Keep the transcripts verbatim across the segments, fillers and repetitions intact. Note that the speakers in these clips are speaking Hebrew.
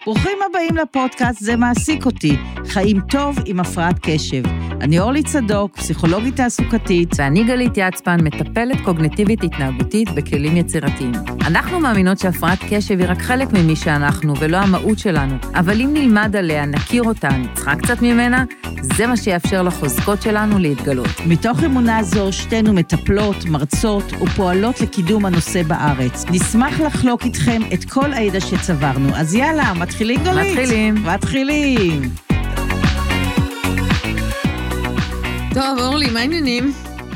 ברוכים הבאים לפודקאסט זה מעסיק אותי, חיים טוב עם הפרעת קשב. אני אורלי צדוק, פסיכולוגית תעסוקתית. ואני גלית יצפן, מטפלת קוגניטיבית התנהגותית בכלים יצירתיים. אנחנו מאמינות שהפרעת קשב היא רק חלק ממי שאנחנו ולא המהות שלנו, אבל אם נלמד עליה, נכיר אותה, נצחק קצת ממנה, זה מה שיאפשר לחוזקות שלנו להתגלות. מתוך אמונה זו, שתינו מטפלות, מרצות ופועלות לקידום הנושא בארץ. נשמח לחלוק איתכם את כל הידע שצברנו. אז יאללה, מתחילים גלית? מתחילים. מתחילים. טוב, אורלי, מה העניינים?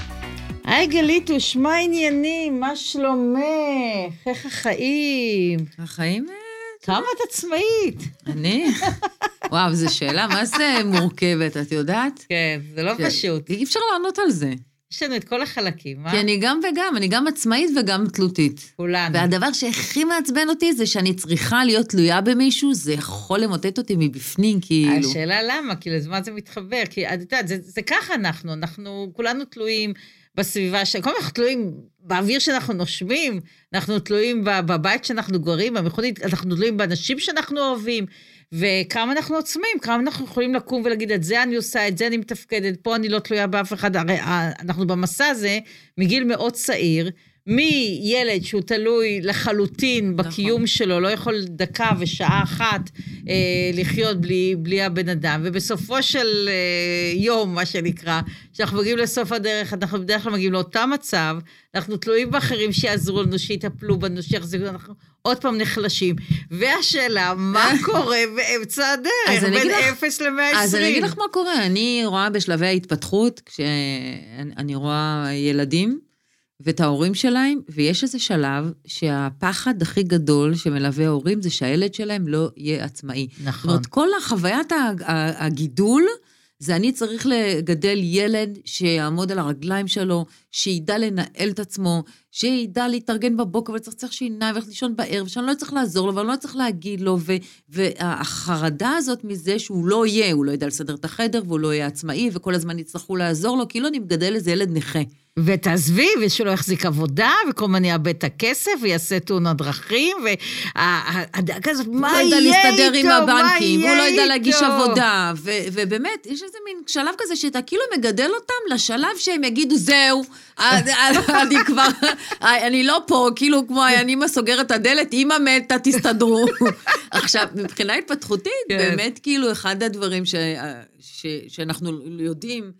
היי גליתוש, מה העניינים? מה שלומך? איך החיים? החיים? כמה את עצמאית? אני? וואו, זו שאלה, מה זה מורכבת, את יודעת? כן, זה לא פשוט. אי אפשר לענות על זה. יש לנו את כל החלקים, מה? כי אני גם וגם, אני גם עצמאית וגם תלותית. כולנו. והדבר שהכי מעצבן אותי זה שאני צריכה להיות תלויה במישהו, זה יכול למוטט אותי מבפנים, כאילו. השאלה למה, כאילו, אז מה זה מתחבר? כי, את יודעת, זה, זה ככה אנחנו, אנחנו כולנו תלויים בסביבה, ש... כל אנחנו תלויים באוויר שאנחנו נושמים, אנחנו תלויים בבית שאנחנו גרים, במכונית, אנחנו תלויים באנשים שאנחנו אוהבים, וכמה אנחנו עוצמים, כמה אנחנו יכולים לקום ולהגיד, את זה אני עושה, את זה אני מתפקדת, פה אני לא תלויה באף אחד, הרי אנחנו במסע הזה, מגיל מאוד צעיר, מילד שהוא תלוי לחלוטין בקיום שלו, לא יכול דקה ושעה אחת אה, לחיות בלי, בלי הבן אדם, ובסופו של אה, יום, מה שנקרא, שאנחנו מגיעים לסוף הדרך, אנחנו בדרך כלל מגיעים לאותה מצב, אנחנו תלויים באחרים שיעזרו לנו, שיטפלו בנו, שיחזירו, אנחנו עוד פעם נחלשים, והשאלה, מה קורה באמצע הדרך, בין אפס למאה עשרים? אז אני אגיד לך מה קורה, אני רואה בשלבי ההתפתחות, כשאני רואה ילדים, ואת ההורים שלהם, ויש איזה שלב שהפחד הכי גדול שמלווה ההורים, זה שהילד שלהם לא יהיה עצמאי. נכון. זאת אומרת, כל החוויית הגידול, זה אני צריך לגדל ילד שיעמוד על הרגליים שלו, שידע לנהל את עצמו, שידע להתארגן בבוקר, וצריך צריך שיניים, ולכת לישון בערב, שאני לא צריך לעזור לו, ואני לא צריך להגיד לו, ו- והחרדה הזאת מזה שהוא לא יהיה, הוא לא ידע לסדר את החדר, והוא לא יהיה עצמאי, וכל הזמן יצטרכו לעזור לו, כאילו אני מגדל איזה ילד נכה. ותעזבי, ושלא יחזיק עבודה, וכל מה יאבד את הכסף, ויעשה תאונת דרכים, והדאגה הזאת, מה יהיה איתו? הוא לא ידע להסתדר עם הבנקים, הוא לא ידע להגיש עבודה, ובאמת, יש איזה מין שלב כזה, שאתה כאילו מגדל אותם לשלב שהם יגידו, זהו, אני כבר, אני לא פה, כאילו כמו אני סוגרת את הדלת, אמא מתה, תסתדרו. עכשיו, מבחינה התפתחותית, באמת כאילו אחד הדברים שאנחנו יודעים,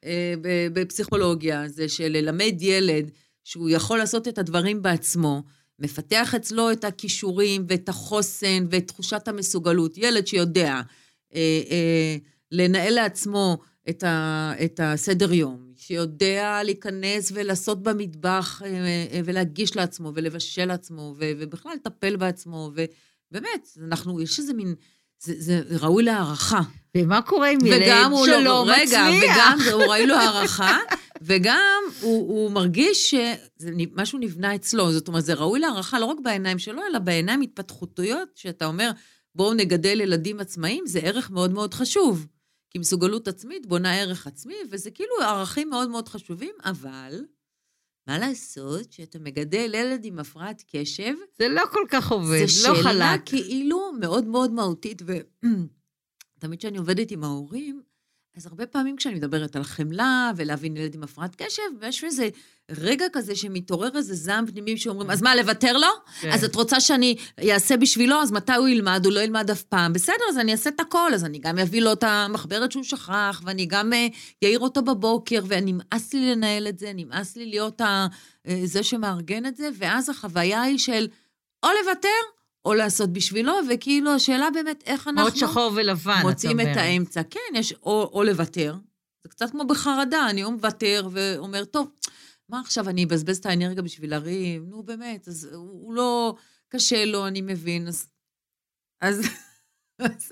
בפסיכולוגיה, זה שללמד ילד שהוא יכול לעשות את הדברים בעצמו, מפתח אצלו את הכישורים ואת החוסן ואת תחושת המסוגלות. ילד שיודע אה, אה, לנהל לעצמו את, ה, את הסדר יום, שיודע להיכנס ולעשות במטבח אה, אה, ולהגיש לעצמו ולבשל לעצמו ו, ובכלל לטפל בעצמו, ובאמת, אנחנו, יש איזה מין, זה, זה ראוי להערכה. ומה קורה עם ילד שלא לא, מצליח? רגע, וגם הוא ראוי לו הערכה, וגם הוא, הוא מרגיש שמשהו נבנה אצלו, זאת אומרת, זה ראוי להערכה לא רק בעיניים שלו, אלא בעיניים התפתחותויות, שאתה אומר, בואו נגדל ילדים עצמאיים, זה ערך מאוד מאוד חשוב, כי מסוגלות עצמית בונה ערך עצמי, וזה כאילו ערכים מאוד מאוד חשובים, אבל מה לעשות שאתה מגדל ילד עם הפרעת קשב? זה לא כל כך עובד, זה לא חלק. זה שאלה כאילו מאוד מאוד מהותית, ו... תמיד שאני עובדת עם ההורים, אז הרבה פעמים כשאני מדברת על חמלה, ולהבין ילד עם הפרעת קשב, ויש איזה רגע כזה שמתעורר איזה זעם פנימי שאומרים, אז מה, לוותר לו? כן. אז את רוצה שאני אעשה בשבילו, אז מתי הוא ילמד? הוא לא ילמד אף פעם. בסדר, אז אני אעשה את הכל, אז אני גם אביא לו את המחברת שהוא שכח, ואני גם יעיר אותו בבוקר, ונמאס לי לנהל את זה, נמאס לי להיות ה... זה שמארגן את זה, ואז החוויה היא של או לוותר, או לעשות בשבילו, וכאילו השאלה באמת איך אנחנו... מאוד שחור ולבן, מוצאים את האמצע. כן, יש או, או לוותר. זה קצת כמו בחרדה, אני או מוותר ואומר, טוב, מה עכשיו אני אבזבז את האנרגיה בשביל להרים? נו באמת, אז הוא לא קשה לו, אני מבין. אז... אז, אז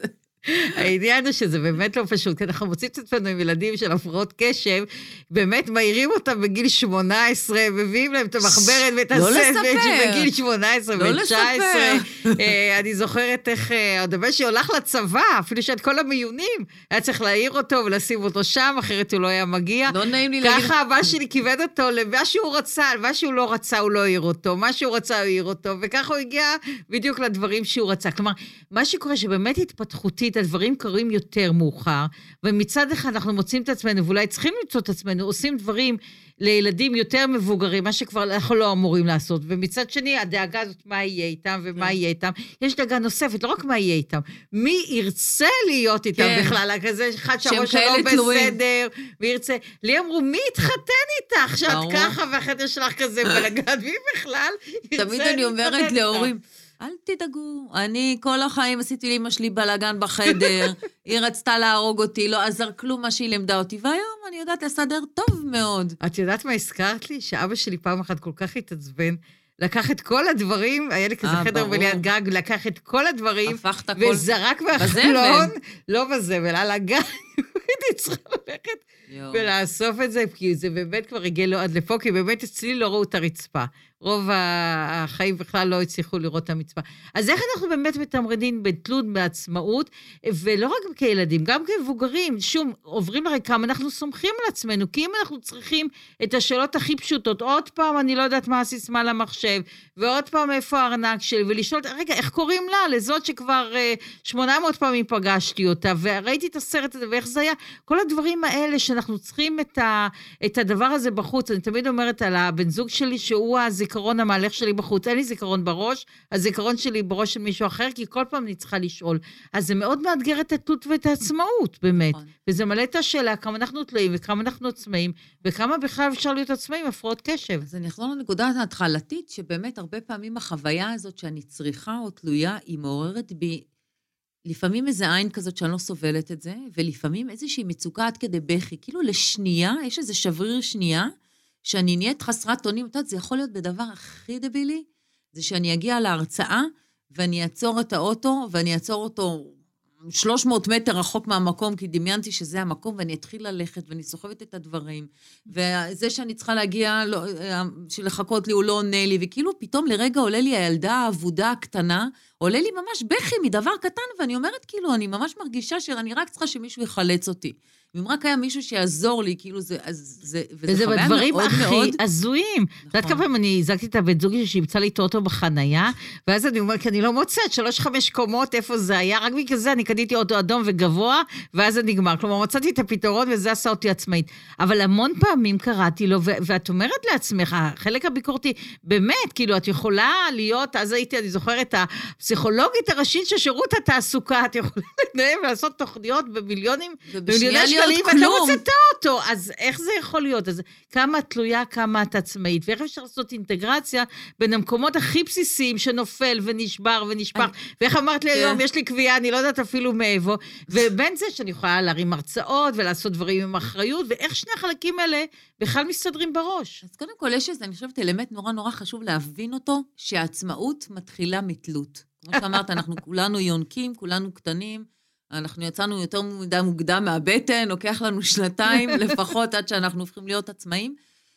העניין הוא שזה באמת לא פשוט, כי אנחנו מוצאים את עצמנו עם ילדים של הפרעות קשב, באמת מהירים אותם בגיל שמונה עשרה, מביאים להם את המחברת ואת הסנדוויץ' בגיל שמונה עשרה ו-תשע עשרה. אני זוכרת איך, הדבר שהולך לצבא, אפילו שאת כל המיונים, היה צריך להעיר אותו ולשים אותו שם, אחרת הוא לא היה מגיע. לא נעים לי להגיד. ככה הבא שלי כיוון אותו למה שהוא רצה, מה שהוא לא רצה הוא לא העיר אותו, מה שהוא רצה הוא העיר אותו, וככה הוא הגיע בדיוק לדברים שהוא רצה. כלומר, מה שקורה שבאמת התפתחותית, הדברים קורים יותר מאוחר, ומצד אחד אנחנו מוצאים את עצמנו, ואולי צריכים למצוא את עצמנו, עושים דברים לילדים יותר מבוגרים, מה שכבר אנחנו לא אמורים לעשות, ומצד שני, הדאגה הזאת, מה יהיה איתם ומה יהיה איתם, יש דאגה נוספת, לא רק מה יהיה איתם, מי ירצה להיות איתם בכלל, כזה אחד שהראש שלו בסדר, וירצה, לי אמרו, מי יתחתן איתך, שאת ככה, והחדר שלך כזה בלגן, מי בכלל ירצה תמיד אני אומרת להורים, אל תדאגו, אני כל החיים עשיתי לאמא שלי בלגן בחדר, היא רצתה להרוג אותי, לא עזר כלום מה שהיא למדה אותי, והיום אני יודעת לסדר טוב מאוד. את יודעת מה הזכרת לי? שאבא שלי פעם אחת כל כך התעצבן, לקח את כל הדברים, היה לי כזה חדר בליד גג, לקח את כל הדברים, וזרק מהחלון, לא בזבל, על הגג, הייתי צריכה ללכת ולאסוף את זה, כי זה באמת כבר הגיע לו עד לפה, כי באמת אצלי לא ראו את הרצפה. רוב החיים בכלל לא הצליחו לראות את המצפה. אז איך אנחנו באמת מתמרדים בתלות, בעצמאות, ולא רק כילדים, גם כמבוגרים, שום, עוברים לרקם, אנחנו סומכים על עצמנו, כי אם אנחנו צריכים את השאלות הכי פשוטות, עוד פעם אני לא יודעת מה הסיסמה למחשב, ועוד פעם איפה הארנק שלי, ולשאול, רגע, איך קוראים לה? לזאת שכבר שמונה מאות פעמים פגשתי אותה, וראיתי את הסרט הזה, ואיך זה היה? כל הדברים האלה שאנחנו צריכים את, ה, את הדבר הזה בחוץ, אני תמיד אומרת על הבן זוג שלי, שהוא הזיכרון המהלך שלי בחוץ, אין לי זיכרון בראש, הזיכרון שלי בראש של מישהו אחר, כי כל פעם אני צריכה לשאול. אז זה מאוד מאתגר את התלות ואת העצמאות, באמת. נכון. וזה מלא את השאלה, כמה אנחנו תלויים וכמה אנחנו עצמאים, וכמה בכלל אפשר להיות עצמאים, הפרעות קשב. אז אני אחזור לנקודה ההתחלתית, שבאמת הרבה פעמים החוויה הזאת שאני צריכה או תלויה, היא מעוררת בי, לפעמים איזה עין כזאת שאני לא סובלת את זה, ולפעמים איזושהי מצוקה עד כדי בכי, כאילו לשנייה, יש איזה שבריר שנייה, שאני נהיית חסרת אונים, אתה יודע, זה יכול להיות בדבר הכי דבילי, זה שאני אגיע להרצאה, ואני אעצור את האוטו, ואני אעצור אותו שלוש מאות מטר רחוק מהמקום, כי דמיינתי שזה המקום, ואני אתחיל ללכת, ואני סוחבת את הדברים, וזה שאני צריכה להגיע, לא, שלחכות לי, הוא לא עונה לי, וכאילו פתאום לרגע עולה לי הילדה העבודה הקטנה, עולה לי ממש בכי מדבר קטן, ואני אומרת כאילו, אני ממש מרגישה שאני רק צריכה שמישהו יחלץ אותי. ואם רק היה מישהו שיעזור לי, כאילו זה, אז זה, וזה בדברים הכי הזויים. את יודעת כמה פעמים אני הזקתי את הבן זוגי שימצא לי את האוטו בחנייה, ואז אני אומר, כי אני לא מוצאת, שלוש חמש קומות, איפה זה היה, רק בגלל זה אני קניתי אוטו אדום וגבוה, ואז זה נגמר. כלומר, מצאתי את הפתרון, וזה עשה אותי עצמאית. אבל המון פעמים קראתי לו, ואת אומרת לעצמך, החלק הביקורתי, באמת, כאילו, את יכולה להיות, אז הייתי, אני זוכרת, הפסיכולוגית הראשית של שירות התעסוקה, את יכולה לנהל ולעשות תוכניות במיליונים, במיליוני שקלים, ואת לא מוצאת אותו. אז איך זה יכול להיות? אז כמה את תלויה, כמה את עצמאית, ואיך אפשר לעשות אינטגרציה בין המקומות הכי בסיסיים שנופל ונשבר ונשפך, ואיך אמרת לי היום, יש לי קביעה, אני לא יודעת אפילו מאיפה, ובין זה שאני יכולה להרים הרצאות ולעשות דברים עם אחריות, ואיך שני החלקים האלה בכלל מסתדרים בראש. אז קודם כל, יש איזה, אני חושבת, אלמנט נורא נורא חשוב להבין אותו, שהעצמאות מתחילה מתלות. כמו שאמרת, אנחנו כולנו יונקים, כולנו קטנים, אנחנו יצאנו יותר מדי מוקדם מהבטן, לוקח לנו שנתיים לפחות עד שאנחנו הופכים להיות עצמאים,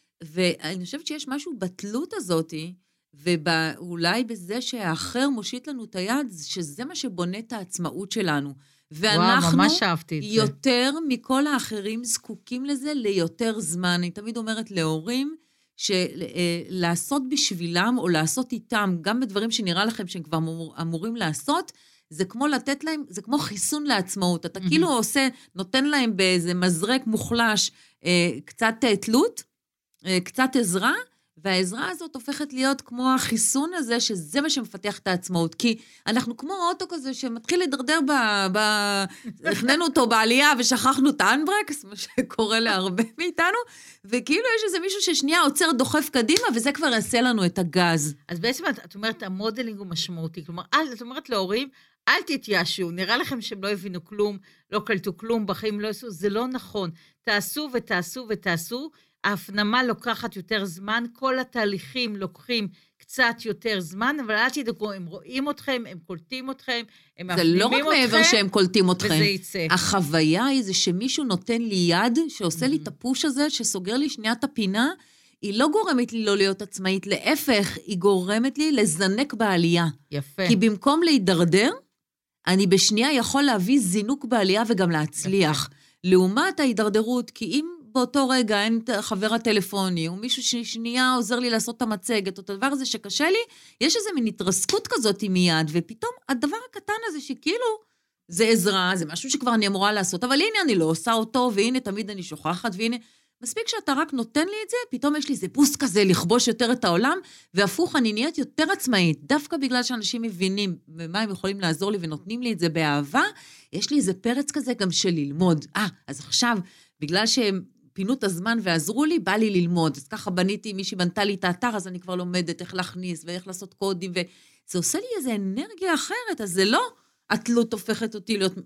ואני חושבת שיש משהו בתלות הזאת, ואולי בזה שהאחר מושיט לנו את היד, שזה מה שבונה את העצמאות שלנו. ואנחנו יותר מכל האחרים זקוקים לזה ליותר זמן. אני תמיד אומרת להורים, שלעשות בשבילם או לעשות איתם, גם בדברים שנראה לכם שהם כבר אמורים לעשות, זה כמו לתת להם, זה כמו חיסון לעצמאות. אתה כאילו עושה, נותן להם באיזה מזרק מוחלש, קצת תלות, קצת עזרה, והעזרה הזאת הופכת להיות כמו החיסון הזה, שזה מה שמפתח את העצמאות. כי אנחנו כמו אוטו כזה שמתחיל לדרדר, ב, ב, הכננו אותו בעלייה ושכחנו את האנברקס, מה שקורה להרבה מאיתנו, וכאילו יש איזה מישהו ששנייה עוצר דוחף קדימה, וזה כבר יעשה לנו את הגז. אז בעצם את אומרת, המודלינג הוא משמעותי. כלומר, אל, את אומרת להורים, אל תתייאשו, נראה לכם שהם לא הבינו כלום, לא קלטו כלום, בחיים לא עשו, זה לא נכון. תעשו ותעשו ותעשו, ההפנמה לוקחת יותר זמן, כל התהליכים לוקחים קצת יותר זמן, אבל אל תדאגו, הם רואים אתכם, הם קולטים אתכם, הם מפנימים אתכם. זה לא רק מעבר שהם קולטים אתכם. וזה יצא. החוויה היא זה שמישהו נותן לי יד, שעושה לי את הפוש הזה, שסוגר לי שנייה את הפינה, היא לא גורמת לי לא להיות עצמאית, להפך, היא גורמת לי לזנק בעלייה. יפה. כי במקום להידרדר, אני בשנייה יכול להביא זינוק בעלייה וגם להצליח. לעומת ההידרדרות, כי אם באותו רגע אין חבר הטלפוני, או מישהו ששנייה עוזר לי לעשות את המצגת, או את הדבר הזה שקשה לי, יש איזו מין התרסקות כזאת מיד, ופתאום הדבר הקטן הזה שכאילו, זה עזרה, זה משהו שכבר אני אמורה לעשות, אבל הנה אני לא עושה אותו, והנה תמיד אני שוכחת, והנה, מספיק שאתה רק נותן לי את זה, פתאום יש לי איזה בוסט כזה לכבוש יותר את העולם, והפוך, אני נהיית יותר עצמאית, דווקא בגלל שאנשים מבינים במה הם יכולים לעזור לי ונותנים לי את זה באהבה, יש לי איזה פרץ כזה גם של ללמוד. אה, אז עכשיו, בגלל שהם פינו את הזמן ועזרו לי, בא לי ללמוד. אז ככה בניתי, מישהי בנתה לי את האתר, אז אני כבר לומדת איך להכניס ואיך לעשות קודים, וזה עושה לי איזו אנרגיה אחרת, אז זה לא, התלות הופכת אותי להיות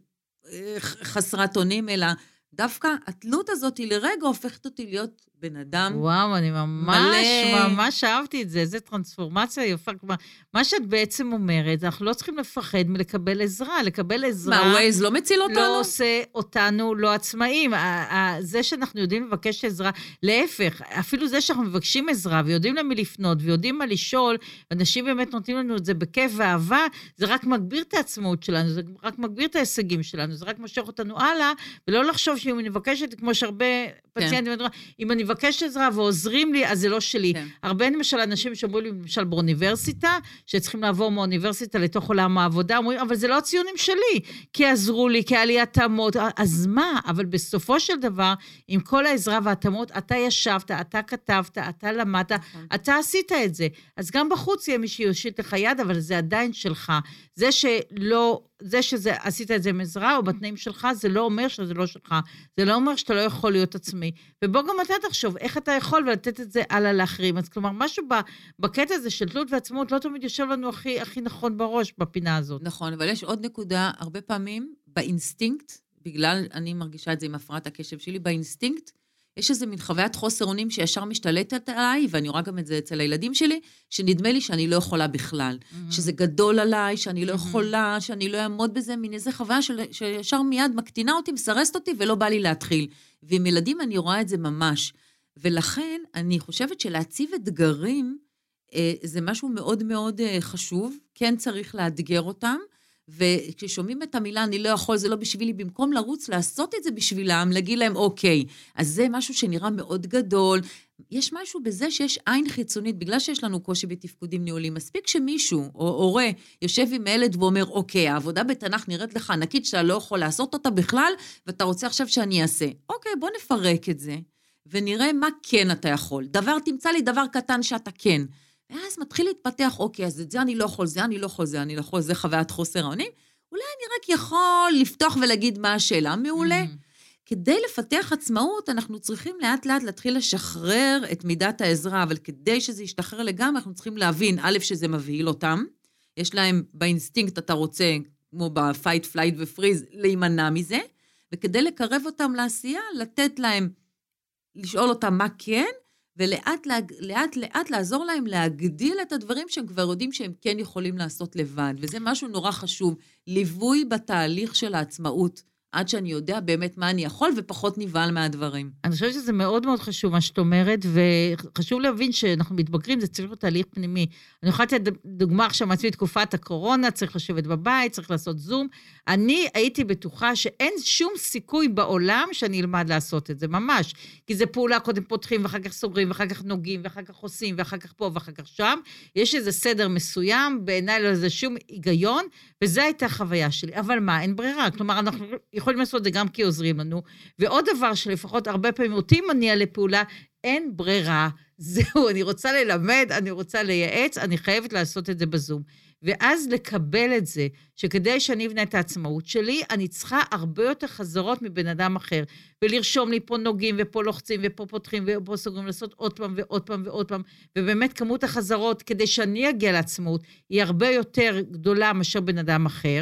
חסרת אונים, אלא דווקא התלות הזאת היא לרגע הופכת אותי להיות בן אדם מלא. וואו, אני ממש, ממש אהבתי את זה, איזו טרנספורמציה יפה. מה שאת בעצם אומרת, אנחנו לא צריכים לפחד מלקבל עזרה, לקבל עזרה. מה, ווייז לא מציל אותנו? לא עושה אותנו לא עצמאים. זה שאנחנו יודעים לבקש עזרה, להפך, אפילו זה שאנחנו מבקשים עזרה, ויודעים למי לפנות, ויודעים מה לשאול, אנשים באמת נותנים לנו את זה בכיף ואהבה, זה רק מגביר את העצמאות שלנו, זה רק מגביר את ההישגים שלנו, זה רק משך אותנו הלאה, ולא לחשוב שאם אני מבקשת, כמו שהרבה פציינטים, אם אני מבקשת עזרה ועוזרים לי, אז זה לא שלי. הרבה למשל אנשים שאומרים לי, למשל באוניברסיטה, שצריכים לעבור מהאוניברסיטה לתוך עולם העבודה, אומרים, אבל זה לא הציונים שלי, כי עזרו לי, כי היה לי התאמות, אז מה? אבל בסופו של דבר, עם כל העזרה והתאמות, אתה ישבת, אתה כתבת, אתה למדת, אתה עשית את זה. אז גם בחוץ יהיה מי שיושיט לך יד, אבל זה עדיין שלך. זה שלא, זה שזה, עשית את זה עם עזרה, או בתנאים שלך, זה לא אומר שזה לא שלך. זה לא אומר שאתה לא יכול להיות עצמי. ובוא גם אתה תחשוב, איך אתה יכול ולתת את זה הלאה לאחרים. אז כלומר, משהו בקטע הזה של תלות ועצמאות, לא תמיד יושב לנו הכי, הכי נכון בראש בפינה הזאת. נכון, אבל יש עוד נקודה, הרבה פעמים, באינסטינקט, בגלל, אני מרגישה את זה עם הפרעת הקשב שלי, באינסטינקט, יש איזה מין חוויית חוסר אונים שישר משתלטת עליי, ואני רואה גם את זה אצל הילדים שלי, שנדמה לי שאני לא יכולה בכלל, mm-hmm. שזה גדול עליי, שאני לא mm-hmm. יכולה, שאני לא אעמוד בזה, מין איזה חוויה של, שישר מיד מקטינה אותי, מסרסת אותי, ולא בא לי להתחיל. ועם ילדים אני רואה את זה ממש. ולכן אני חושבת שלהציב אתגרים, אה, זה משהו מאוד מאוד אה, חשוב, כן צריך לאתגר אותם, וכששומעים את המילה, אני לא יכול, זה לא בשבילי, במקום לרוץ, לעשות את זה בשבילם, להגיד להם, אוקיי, אז זה משהו שנראה מאוד גדול, יש משהו בזה שיש עין חיצונית, בגלל שיש לנו קושי בתפקודים ניהולים, מספיק שמישהו, או הורה, יושב עם הילד ואומר, אוקיי, העבודה בתנ"ך נראית לך ענקית, שאתה לא יכול לעשות אותה בכלל, ואתה רוצה עכשיו שאני אעשה. אוקיי, בוא נפרק את זה, ונראה מה כן אתה יכול. דבר, תמצא לי דבר קטן שאתה כן. ואז מתחיל להתפתח, אוקיי, אז את זה אני לא יכול, זה אני לא יכול, זה אני לא יכול, זה חוויית חוסר האונים. אולי אני רק יכול לפתוח ולהגיד מה השאלה, מעולה. Mm-hmm. כדי לפתח עצמאות, אנחנו צריכים לאט לאט להתחיל לשחרר את מידת העזרה, אבל כדי שזה ישתחרר לגמרי, אנחנו צריכים להבין, א', שזה מבהיל אותם, יש להם באינסטינקט, אתה רוצה, כמו בפייט, פלייט ופריז, להימנע מזה, וכדי לקרב אותם לעשייה, לתת להם, לשאול אותם מה כן, ולאט לאט לאט לעזור להם להגדיל את הדברים שהם כבר יודעים שהם כן יכולים לעשות לבד, וזה משהו נורא חשוב, ליווי בתהליך של העצמאות, עד שאני יודע באמת מה אני יכול, ופחות נבהל מהדברים. אני חושבת שזה מאוד מאוד חשוב מה שאת אומרת, וחשוב להבין שאנחנו מתבגרים, זה צריך להיות תהליך פנימי. אני יכולה לתת דוגמה עכשיו מעצמי תקופת הקורונה, צריך לשבת בבית, צריך לעשות זום. אני הייתי בטוחה שאין שום סיכוי בעולם שאני אלמד לעשות את זה, ממש. כי זה פעולה, קודם פותחים, ואחר כך סוגרים, ואחר כך נוגעים, ואחר כך עושים, ואחר כך פה, ואחר כך שם. יש איזה סדר מסוים, בעיניי לא זה שום היגיון, וזו הייתה החוויה שלי. אבל מה, אין ברירה. כלומר, אנחנו יכולים לעשות את זה גם כי עוזרים לנו. ועוד דבר שלפחות הרבה פעמים אותי מניע לפעולה, אין ברירה. זהו, אני רוצה ללמד, אני רוצה לייעץ, אני חייבת לעשות את זה בזום. ואז לקבל את זה, שכדי שאני אבנה את העצמאות שלי, אני צריכה הרבה יותר חזרות מבן אדם אחר, ולרשום לי פה נוגעים, ופה לוחצים, ופה פותחים, ופה סוגרים, לעשות עוד פעם ועוד פעם ועוד פעם, ובאמת כמות החזרות, כדי שאני אגיע לעצמאות, היא הרבה יותר גדולה מאשר בן אדם אחר,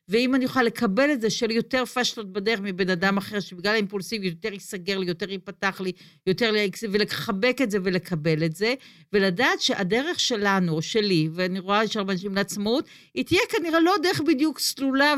ואם אני אוכל לקבל את זה, של יותר פשלות בדרך מבן אדם אחר, שבגלל האימפולסיביות יותר ייסגר לי, יותר ייפתח לי, יותר לי, ולחבק את זה ולקבל את זה, ולדעת שהדרך שלנו, או שלי, ואני רואה שהרבה אנשים לעצמאות, היא תהיה כנראה לא דרך בדיוק סלולה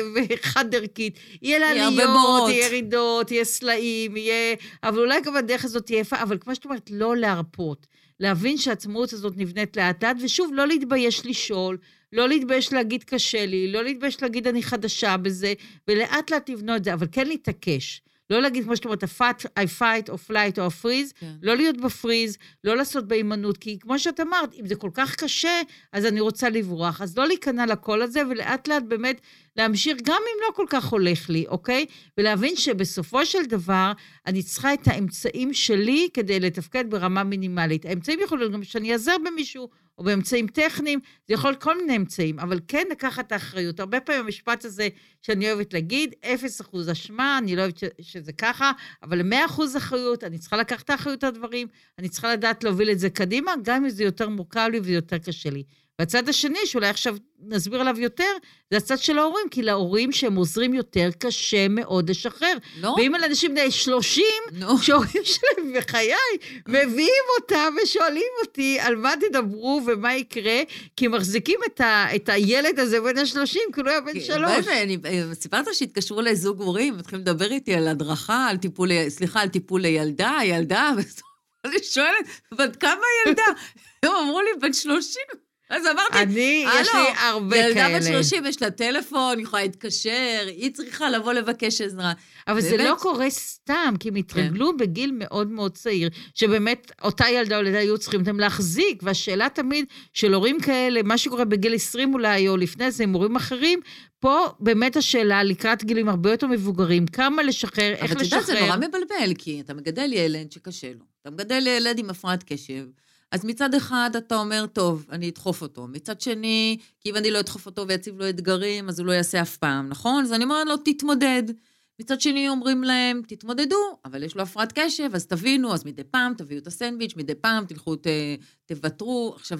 וחד דרכית. יהיה לה עליות, יהיה ירידות, יהיה סלעים, יהיה... אבל אולי גם הדרך הזאת תהיה יפה, אבל כמו שאת אומרת, לא להרפות. להבין שהעצמאות הזאת נבנית לאט לאט, ושוב, לא להתבייש לשאול, לא להתבייש להגיד קשה לי, לא להתבייש להגיד אני חדשה בזה, ולאט לאט לבנות את זה, אבל כן להתעקש. לא להגיד, כמו שאת אומרת, I fight or flight or freeze, כן. לא להיות בפריז, לא לעשות באימנות, כי כמו שאת אמרת, אם זה כל כך קשה, אז אני רוצה לברוח, אז לא להיכנע לקול הזה, ולאט לאט באמת להמשיך, גם אם לא כל כך הולך לי, אוקיי? ולהבין שבסופו של דבר, אני צריכה את האמצעים שלי, כדי לתפקד ברמה מינימלית. האמצעים יכולים גם שאני אעזר במישהו, או באמצעים טכניים, זה יכול כל מיני אמצעים, אבל כן לקחת את האחריות. הרבה פעמים המשפט הזה שאני אוהבת להגיד, אפס אחוז אשמה, אני לא אוהבת ש- שזה ככה, אבל מאה אחוז אחריות, אני צריכה לקחת את האחריות על הדברים, אני צריכה לדעת להוביל את זה קדימה, גם אם זה יותר מורכב לי וזה יותר קשה לי. והצד השני, שאולי עכשיו נסביר עליו יותר, זה הצד של ההורים, כי להורים שהם עוזרים יותר קשה מאוד לשחרר. לא. ואם על אנשים בני שלושים, לא. שההורים שלהם בחיי, מביאים אותם ושואלים אותי על מה תדברו ומה יקרה, כי מחזיקים את, ה, את הילד הזה בין השלושים, כאילו היה בן שלוש. אני סיפרת שהתקשרו לזוג הורים, מתחילים לדבר איתי על הדרכה, על טיפול, סליחה, על טיפול לילדה, ילדה, ואני שואלת, בת כמה ילדה? הם אמרו לי, בן שלושים. אז אמרתי, אני, יש לי הרבה כאלה. ילדה בת שלושים, יש לה טלפון, היא יכולה להתקשר, היא צריכה לבוא לבקש עזרה. אבל זה לא קורה סתם, כי הם התרגלו בגיל מאוד מאוד צעיר, שבאמת אותה ילדה או ילדה היו צריכים אותם להחזיק, והשאלה תמיד של הורים כאלה, מה שקורה בגיל עשרים אולי, או לפני זה, עם הורים אחרים, פה באמת השאלה, לקראת גילים הרבה יותר מבוגרים, כמה לשחרר, איך לשחרר. אבל אתה יודע, זה נורא מבלבל, כי אתה מגדל ילד שקשה לו, אתה מגדל ילד עם הפרעת קשב, אז מצד אחד אתה אומר, טוב, אני אדחוף אותו. מצד שני, כי אם אני לא אדחוף אותו ויציב לו אתגרים, אז הוא לא יעשה אף פעם, נכון? אז אני אומרת לו, תתמודד. מצד שני אומרים להם, תתמודדו, אבל יש לו הפרעת קשב, אז תבינו, אז מדי פעם תביאו את הסנדוויץ', מדי פעם תלכו, ת, תוותרו. עכשיו,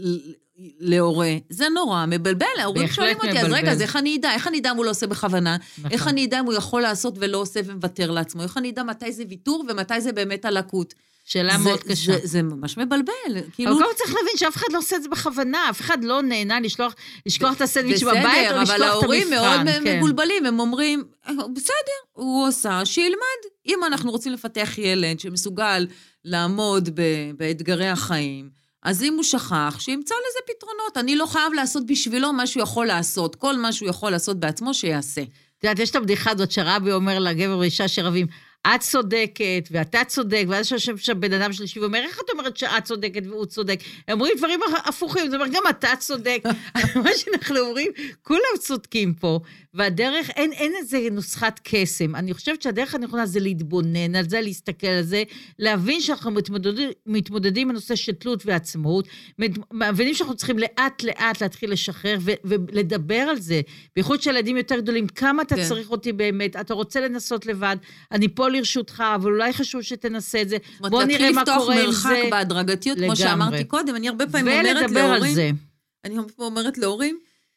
להורה, זה נורא מבלבל. ההורים שואלים אותי, אז רגע, אז איך אני אדע? איך אני אדע אם הוא לא עושה בכוונה? נכון. איך אני אדע אם הוא יכול לעשות ולא עושה ומוותר לעצמו? איך אני אדע מתי זה ויתור ומתי זה באמת הלקות? שאלה מאוד קשה. זה, זה ממש מבלבל. כאילו... אבל גם צריך להבין שאף אחד לא עושה את זה בכוונה, אף אחד לא נהנה לשלוח, לשכוח את הסנדוויץ' בבית או לשלוח את המבחן. אבל ההורים מאוד מבולבלים, הם אומרים, בסדר, הוא עושה, שילמד. אם אנחנו רוצים לפתח ילד שמסוגל לעמוד באתגרי החיים, אז אם הוא שכח, שימצא לזה פתרונות. אני לא חייב לעשות בשבילו מה שהוא יכול לעשות. כל מה שהוא יכול לעשות בעצמו שיעשה. את יודעת, יש את הבדיחה הזאת שרבי אומר לגבר ואישה שרבים, את צודקת, ואתה צודק, ואז יושב שם בן אדם שלישי, ואומר, איך את אומרת שאת צודקת והוא צודק? הם אומרים דברים הפוכים, זאת אומרת, גם אתה צודק. מה שאנחנו אומרים, כולם צודקים פה, והדרך, אין, אין איזה נוסחת קסם. אני חושבת שהדרך הנכונה זה להתבונן על זה, להסתכל על זה, להבין שאנחנו מתמודדים, מתמודדים בנושא של תלות ועצמאות, מבינים שאנחנו צריכים לאט לאט להתחיל לשחרר, ו- ולדבר על זה, בייחוד שהילדים יותר גדולים, כמה אתה כן. צריך אותי באמת, אתה רוצה לנסות לבד, אני פה לרשותך, אבל אולי חשוב שתנסה את זה, בוא נראה מה קורה עם זה. לפתוח מרחק בהדרגתיות, כמו שאמרתי קודם, אני הרבה פעמים אומרת להורים, אני אומרת להורים,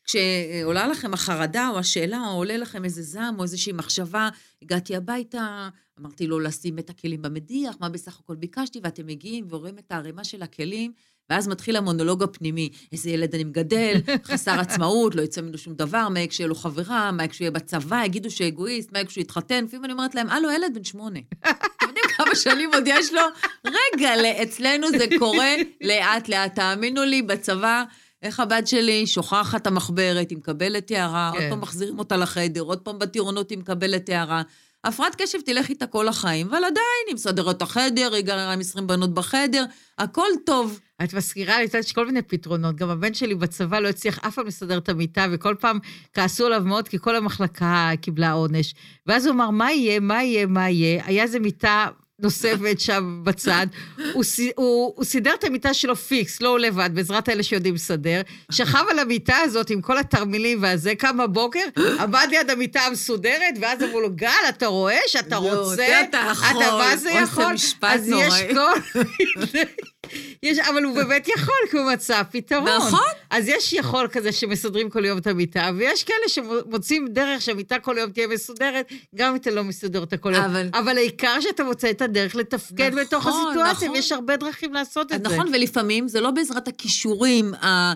כשעולה לכם החרדה או השאלה, או עולה לכם איזה זעם או איזושהי מחשבה, הגעתי הביתה, אמרתי לו לשים את הכלים במדיח, מה בסך הכל ביקשתי, ואתם מגיעים ורואים את הערימה של הכלים, ואז מתחיל המונולוג הפנימי, איזה ילד אני מגדל, חסר עצמאות, לא יצא ממנו שום דבר, מה כשהיה לו חברה, מה כשהוא יהיה בצבא, יגידו שאגואיסט, מה כשהוא יתחתן, לפעמים אני אומרת להם, הלו, ילד בן שמונה. אתם יודעים כמה שנים עוד יש לו? רגע, אצלנו זה קורה לאט לאט, תאמינו לי, בצבא, איך הבת שלי שוכחת את המחברת, היא מקבלת הערה, עוד פעם מחזירים אותה לחדר, עוד פעם בטירונות היא מקבלת הערה, הפרעת קשב תלך איתה כל החיים, אבל עדיין היא מסדרת החדר, היא גרה עם עשרים בנות בחדר, הכל טוב. את מזכירה לי, יש כל מיני פתרונות, גם הבן שלי בצבא לא הצליח אף פעם לסדר את המיטה, וכל פעם כעסו עליו מאוד, כי כל המחלקה קיבלה עונש, ואז הוא אמר, מה יהיה, מה יהיה, מה יהיה, היה איזה מיטה נוספת שם בצד, הוא, הוא, הוא סידר את המיטה שלו פיקס, לא הוא לבד, בעזרת אלה שיודעים לסדר, שכב על המיטה הזאת עם כל התרמילים והזה, קם בבוקר, עמד ליד המיטה המסודרת, ואז אמרו לו, גל, אתה רואה שאתה רוצה, אתה יכול, מה זה יכול, אז יש כל... יש, אבל הוא באמת יכול, כי הוא מצא פתרון. נכון. אז יש יכול כזה שמסדרים כל יום את המיטה, ויש כאלה שמוצאים דרך שהמיטה כל יום תהיה מסודרת, גם אם אתה לא מסודר אותה כל יום. אבל, אבל העיקר שאתה מוצא את הדרך לתפקד נכון, בתוך הסיטואציה, נכון. ויש הרבה דרכים לעשות את נכון, זה. נכון, ולפעמים זה לא בעזרת הכישורים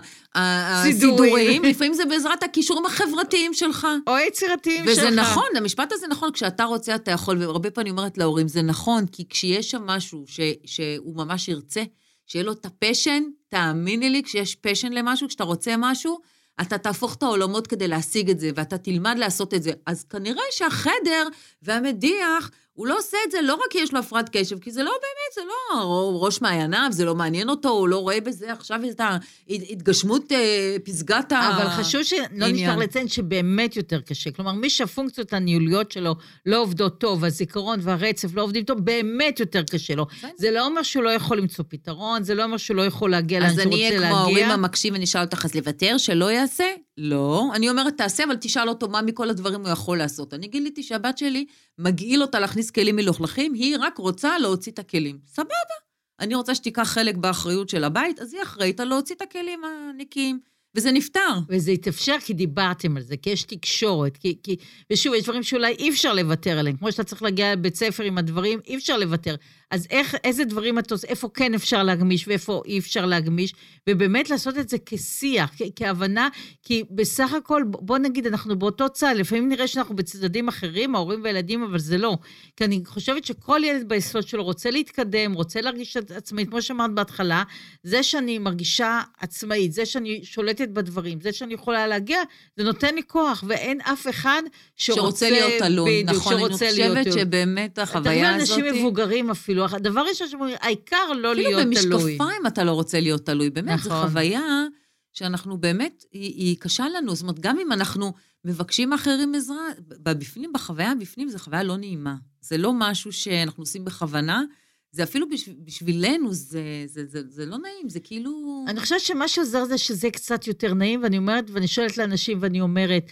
הסידוריים, לפעמים זה בעזרת הכישורים החברתיים שלך. או היצירתיים שלך. וזה שלך. נכון, המשפט הזה נכון, כשאתה רוצה אתה יכול, והרבה פעמים אומרת להורים, זה נכון, כי כשיש שם משהו ש, שהוא ממש ירצה, שיהיה לו את הפשן, תאמיני לי, כשיש פשן למשהו, כשאתה רוצה משהו, אתה תהפוך את העולמות כדי להשיג את זה, ואתה תלמד לעשות את זה. אז כנראה שהחדר והמדיח, הוא לא עושה את זה, לא רק כי יש לו הפרעת קשב, כי זה לא באמת, זה לא ראש מעייניו, זה לא מעניין אותו, הוא לא רואה בזה עכשיו את ההתגשמות פסגת העניין. אבל חשוב שלא נשאר לציין שבאמת יותר קשה. כלומר, מי שהפונקציות הניהוליות שלו לא עובדות טוב, הזיכרון והרצף לא עובדים טוב, באמת יותר קשה לו. זה לא אומר שהוא לא יכול למצוא פתרון, זה לא אומר שהוא לא יכול להגיע לאן שהוא רוצה להגיע. אז אני אהיה כמו ההורים המקשיב ונשאל אותך, אז לוותר, שלא יעשה? לא. אני אומרת, תעשה, אבל תשאל אותו מה מכל הדברים הוא יכול לעשות. אני גיליתי שהבת שלי מגעיל אותה להכניס כלים מלוכלכים, היא רק רוצה להוציא את הכלים. סבבה. אני רוצה שתיקח חלק באחריות של הבית, אז היא אחראית על להוציא את הכלים הנקיים. וזה נפטר. וזה התאפשר כי דיברתם על זה, כי יש תקשורת, כי, כי, ושוב, יש דברים שאולי אי אפשר לוותר עליהם, כמו שאתה צריך להגיע לבית ספר עם הדברים, אי אפשר לוותר. אז איך, איזה דברים אתה עושה, איפה כן אפשר להגמיש, ואיפה אי אפשר להגמיש, ובאמת לעשות את זה כשיח, כ- כהבנה, כי בסך הכל, בוא נגיד, אנחנו באותו צד, לפעמים נראה שאנחנו בצדדים אחרים, ההורים והילדים, אבל זה לא. כי אני חושבת שכל ילד ביסוד שלו רוצה להתקדם, רוצה להרגיש עצמאית, כמו שאמרת בהתחלה, זה שאני מרגישה עצמאית, זה שאני שולטת בדברים, זה שאני יכולה להגיע, זה נותן לי כוח, ואין אף אחד שרוצה, שרוצה להיות תלוי. בדיוק, נכון, אני חושבת שבאמת החוויה הזאת... אנשים מבוגרים אפילו, הדבר ראשון שאומרים, העיקר לא להיות תלוי. אפילו במשקפיים אתה לא רוצה להיות תלוי, באמת, זו חוויה שאנחנו באמת, היא קשה לנו, זאת אומרת, גם אם אנחנו מבקשים אחרים עזרה, בפנים, בחוויה בפנים, זו חוויה לא נעימה. זה לא משהו שאנחנו עושים בכוונה, זה אפילו בשבילנו, זה, זה, זה, זה לא נעים, זה כאילו... אני חושבת שמה שעוזר זה שזה קצת יותר נעים, ואני אומרת, ואני שואלת לאנשים, ואני אומרת,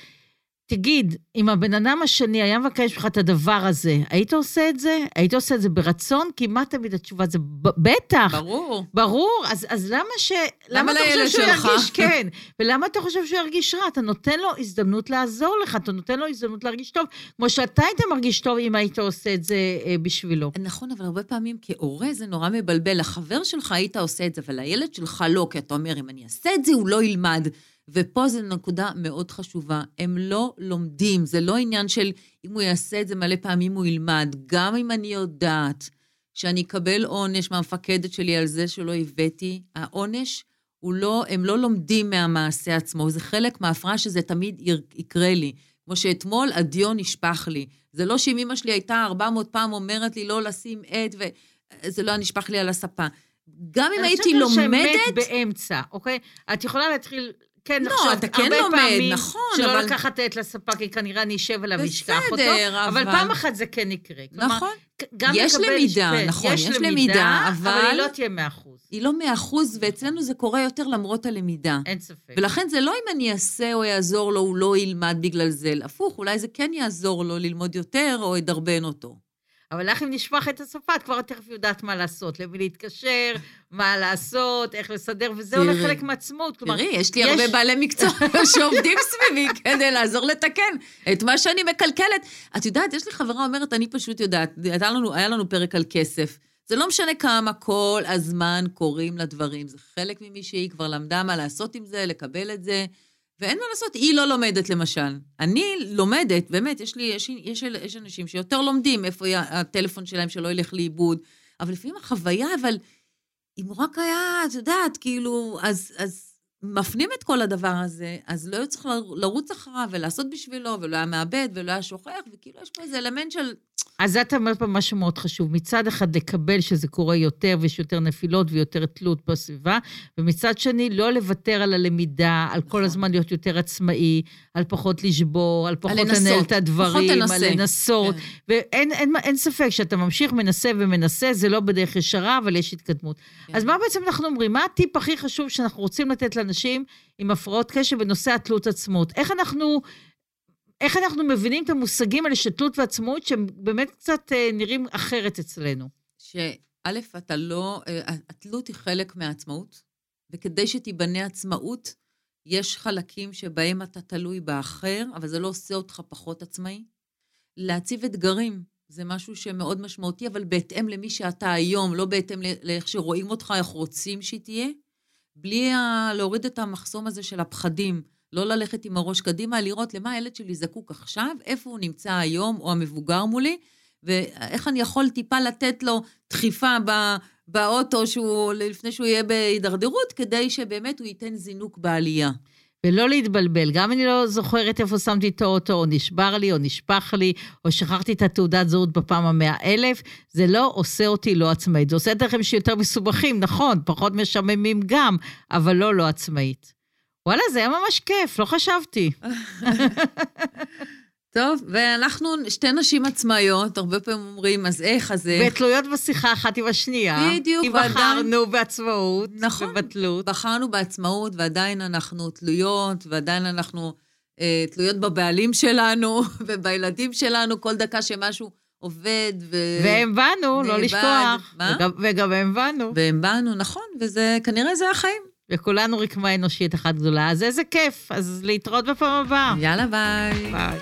תגיד, אם הבן אדם השני היה מבקש לך את הדבר הזה, היית עושה את זה? היית עושה את זה ברצון? כי מה תמיד התשובה? זה בטח. ברור. ברור, אז, אז למה ש... למה לילד שלך? ירגיש, כן, ולמה אתה חושב שהוא ירגיש רע? אתה נותן לו הזדמנות לעזור לך, אתה נותן לו הזדמנות להרגיש טוב, כמו שאתה היית מרגיש טוב אם היית עושה את זה אה, בשבילו. נכון, אבל הרבה פעמים כהורה זה נורא מבלבל. לחבר שלך היית עושה את זה, אבל הילד שלך לא, כי אתה אומר, אם אני אעשה את זה, הוא לא ילמד. ופה זו נקודה מאוד חשובה, הם לא לומדים, זה לא עניין של אם הוא יעשה את זה מלא פעמים הוא ילמד, גם אם אני יודעת שאני אקבל עונש מהמפקדת שלי על זה שלא הבאתי, העונש הוא לא, הם לא לומדים מהמעשה עצמו, זה חלק מההפרעה שזה תמיד יקרה לי, כמו שאתמול הדיו נשפך לי, זה לא שאם אמא שלי הייתה ארבע מאות פעם אומרת לי לא לשים עט, וזה לא נשפך לי על הספה, גם אם הייתי לומדת... אני חושבת שמת באמצע, אוקיי? את יכולה להתחיל... כן, לא, לחשוב, אתה כן הרבה לומד, פעמים נכון, שלא אבל... לקחת את לספק, כי כנראה אני אשב עליו וישכח אותו, בסדר, אבל... אבל פעם אחת זה כן יקרה. כלומר, נכון. גם יש למידה, שפן, נכון, יש, יש למידה, למידה, אבל... אבל היא לא תהיה מאה אחוז. היא לא מאה אחוז, ואצלנו זה קורה יותר למרות הלמידה. אין ספק. ולכן זה לא אם אני אעשה או יעזור לו, הוא לא ילמד בגלל זה. הפוך, אולי זה כן יעזור לו ללמוד יותר, או ידרבן אותו. אבל לך אם נשפך את השפה, את כבר תכף יודעת מה לעשות, למי להתקשר, מה לעשות, איך לסדר, וזה תראי, הולך חלק מעצמות. תראי, יש לי יש... הרבה בעלי מקצוע שעובדים סביבי כדי לעזור לתקן את מה שאני מקלקלת. את יודעת, יש לי חברה אומרת, אני פשוט יודעת, היה לנו, היה לנו פרק על כסף, זה לא משנה כמה כל הזמן קוראים לדברים, זה חלק ממי שהיא כבר למדה מה לעשות עם זה, לקבל את זה, ואין מה לעשות, היא לא לומדת למשל. אני לומדת, באמת, יש לי, יש, יש, יש אנשים שיותר לומדים איפה הטלפון שלהם שלא ילך לאיבוד, אבל לפעמים החוויה, אבל אם רק היה, את יודעת, כאילו, אז, אז מפנים את כל הדבר הזה, אז לא צריך לרוץ אחריו ולעשות בשבילו, ולא היה מאבד, ולא היה שוכח, וכאילו יש פה איזה אלמנט של... אז את אומרת פה משהו מאוד חשוב, מצד אחד לקבל שזה קורה יותר, ויש יותר נפילות ויותר תלות בסביבה, ומצד שני לא לוותר על הלמידה, על כל הזמן להיות יותר עצמאי, על פחות לשבור, על פחות לנהל את הדברים, על לנסות, ואין אין, אין ספק שאתה ממשיך מנסה ומנסה, זה לא בדרך ישרה, אבל יש התקדמות. אז מה בעצם אנחנו אומרים? מה הטיפ הכי חשוב שאנחנו רוצים לתת לאנשים עם הפרעות קשב בנושא התלות עצמות? איך אנחנו... איך אנחנו מבינים את המושגים האלה של תלות ועצמאות, שהם באמת קצת נראים אחרת אצלנו? שא', אתה לא, התלות היא חלק מהעצמאות, וכדי שתיבנה עצמאות, יש חלקים שבהם אתה תלוי באחר, אבל זה לא עושה אותך פחות עצמאי. להציב אתגרים, זה משהו שמאוד משמעותי, אבל בהתאם למי שאתה היום, לא בהתאם לאיך שרואים אותך, איך רוצים שתהיה, בלי להוריד את המחסום הזה של הפחדים, לא ללכת עם הראש קדימה, לראות למה הילד שלי זקוק עכשיו, איפה הוא נמצא היום, או המבוגר מולי, ואיך אני יכול טיפה לתת לו דחיפה באוטו, שהוא, לפני שהוא יהיה בהידרדרות, כדי שבאמת הוא ייתן זינוק בעלייה. ולא להתבלבל, גם אני לא זוכרת איפה שמתי את האוטו, או נשבר לי, או נשפח לי, או שכחתי את התעודת זהות בפעם המאה אלף, זה לא עושה אותי לא עצמאית. זה עושה את לכם שיותר מסובכים, נכון, פחות משממים גם, אבל לא לא עצמאית. וואלה, זה היה ממש כיף, לא חשבתי. טוב, ואנחנו שתי נשים עצמאיות, הרבה פעמים אומרים, אז איך, אז איך? ותלויות בשיחה אחת עם השנייה. בדיוק, כי בחרנו בעצמאות, נכון, ובתלות. בחרנו בעצמאות, ועדיין אנחנו תלויות, ועדיין אנחנו אה, תלויות בבעלים שלנו, ובילדים שלנו, כל דקה שמשהו עובד. ו... והם באנו, לא לשכוח. מה? וגם, וגם הם באנו. והם באנו, נכון, וזה, כנראה זה החיים. וכולנו רקמה אנושית אחת גדולה, אז איזה כיף, אז להתראות בפעם הבאה. יאללה, ביי. ביי.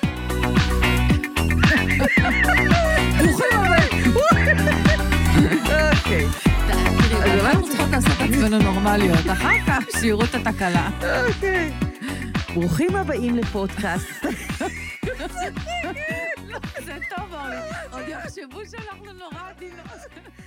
ברוכים הבאים. אוקיי. אז אולי אנחנו צריכות לעשות את עצמנו נורמליות, אחר כך שיראו את התקלה. אוקיי. ברוכים הבאים לפודקאסט. לא, זה טוב, אורלי. עוד יחשבו שאנחנו נורא עדינות.